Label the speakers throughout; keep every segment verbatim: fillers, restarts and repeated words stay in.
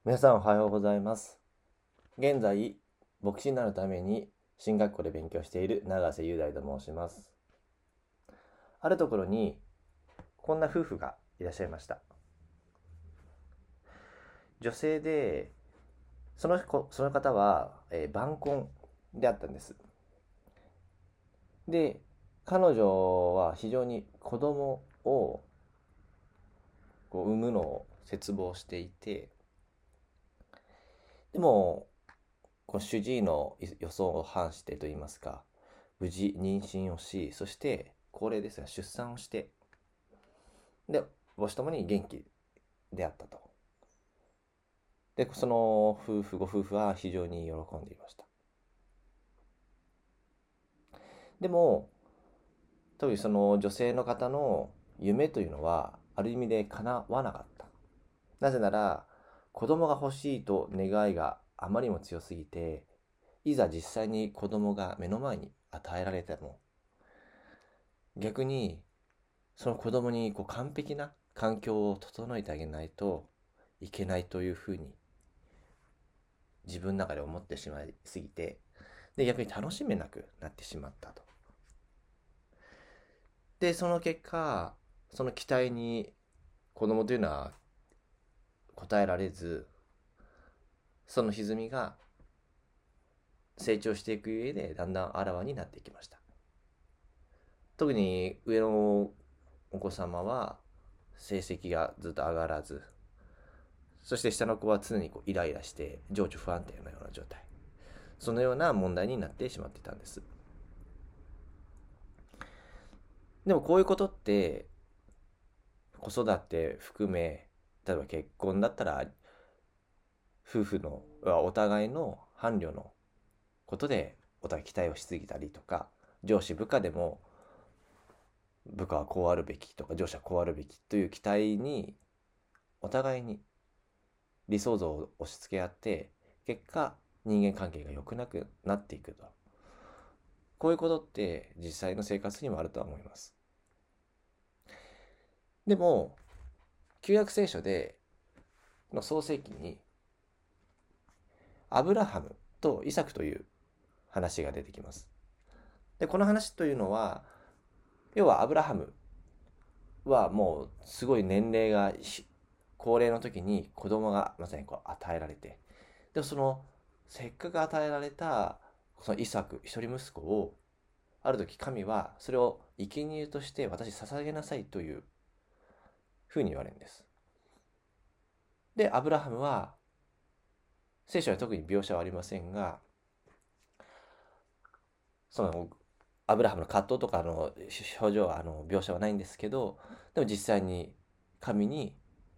Speaker 1: 皆さんおはようございます。現在、牧師になるために進学校で勉強している永瀬雄大と申します。あるところにこんな夫婦がいらっしゃいました。女性で、その子その方は、えー晩婚であったんです。で、彼女は非常に子供をこう産むのを切望していて、でもこの主治医の予想を反してといいますか、無事妊娠をし、そして高齢ですが出産をして、で母子ともに元気であったと。でその夫婦ご夫婦は非常に喜んでいました。でも特にその女性の方の夢というのはある意味で叶わなかった。なぜなら子供が欲しいと願いがあまりにも強すぎて、いざ実際に子供が目の前に与えられても、逆にその子供にこう完璧な環境を整えてあげないといけないというふうに自分の中で思ってしまいすぎて、で逆に楽しめなくなってしまったと。でその結果、その期待に子供というのは応えられず、その歪みが成長していく上でだんだんあらわになっていきました。特に上のお子様は成績がずっと上がらず、そして下の子は常にこうイライラして情緒不安定なような状態、そのような問題になってしまっていたんです。でもこういうことって子育て含め、例えば結婚だったら夫婦のお互いの伴侶のことでお互い期待をしすぎたりとか、上司部下でも部下はこうあるべきとか上司はこうあるべきという期待にお互いに理想像を押し付け合って、結果人間関係が良くなくなっていくと。こういうことって実際の生活にもあるとは思います。でも旧約聖書での創世記にアブラハムとイサクという話が出てきます。でこの話というのは、要はアブラハムはもうすごい年齢が高齢の時に子供がまさにこう与えられて、でもそのせっかく与えられたそのイサク一人息子を、ある時神はそれを生贄として私捧げなさいというふうに言われるんです。でアブラハムは、聖書は特に描写はありませんが、そのアブラハムの葛藤とかの表情はあの描写はないんですけど、でも実際に神に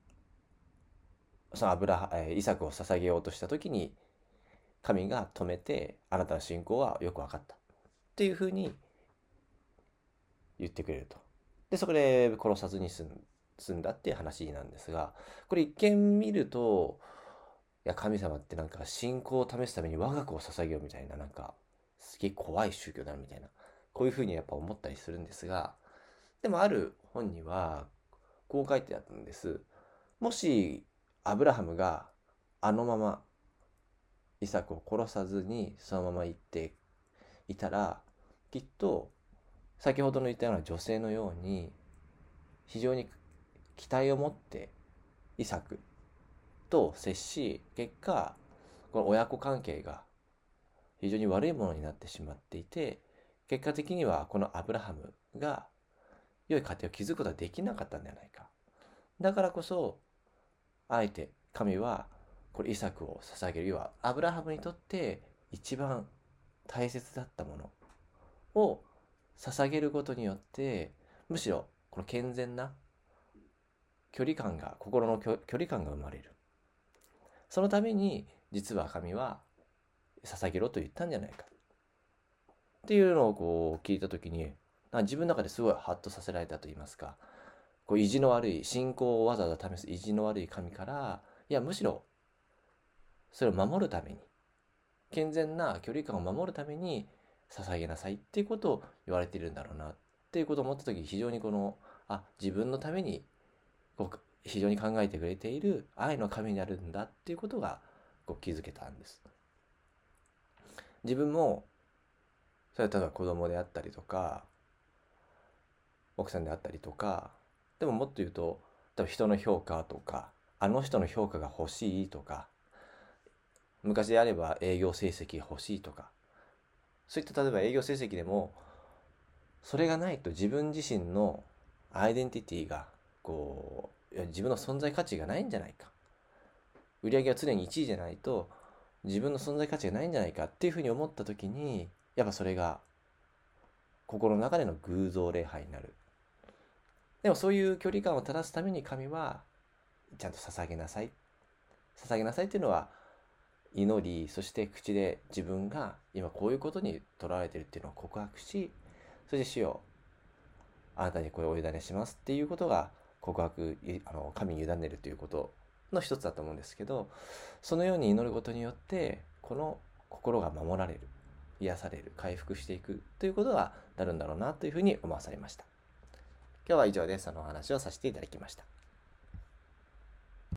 Speaker 1: そのアブラハイサクを捧げようとした時に神が止めて、あなたの信仰はよく分かったっていうふうに言ってくれると。でそこで殺さずに済んだっていう話なんですが、これ一見見ると、いや神様ってなんか信仰を試すために我が子を捧げようみたいな、なんかすげえ怖い宗教だなみたいな、こういうふうにやっぱ思ったりするんですが、でもある本にはこう書いてあったんです。もしアブラハムがあのままイサクを殺さずにそのまま行っていたら、きっと先ほどの言ったような女性のように非常に期待を持ってイサクと接し、結果この親子関係が非常に悪いものになってしまっていて、結果的にはこのアブラハムが良い家庭を築くことができなかったんではないか。だからこそあえて神はこれイサクを捧げる、要はアブラハムにとって一番大切だったものを捧げることによって、むしろこの健全な距離感が、心の距離感が生まれる。そのために実は神は捧げろと言ったんじゃないかっていうのをこう聞いた時に、自分の中ですごいハッとさせられたと言いますか、こう意地の悪い信仰をわざわざ試す意地の悪い神から、いやむしろそれを守るために、健全な距離感を守るために捧げなさいっていうことを言われているんだろうなっていうことを思った時、非常にこのあ自分のためにこう非常に考えてくれている愛の神になるんだっていうことがこう気づけたんです。自分もそれは例えば子供であったりとか奥さんであったりとか、でももっと言うと多分人の評価とか、あの人の評価が欲しいとか、昔であれば営業成績が欲しいとか、そういった例えば営業成績でもそれがないと自分自身のアイデンティティがこういや自分の存在価値がないんじゃないか、売り上げが常にいちいじゃないと自分の存在価値がないんじゃないかっていうふうに思った時に、やっぱそれが心の中での偶像礼拝になる。でもそういう距離感を正すために神はちゃんと捧げなさい捧げなさいっていうのは祈り、そして口で自分が今こういうことにとらわれているっていうのを告白し、そして主よあなたにこれをお委ねしますっていうことが告白、あの神に委ねるということの一つだと思うんですけど、そのように祈ることによってこの心が守られる、癒される、回復していくということがなるんだろうなというふうに思わされました。今日は以上でそのお話をさせていただきました。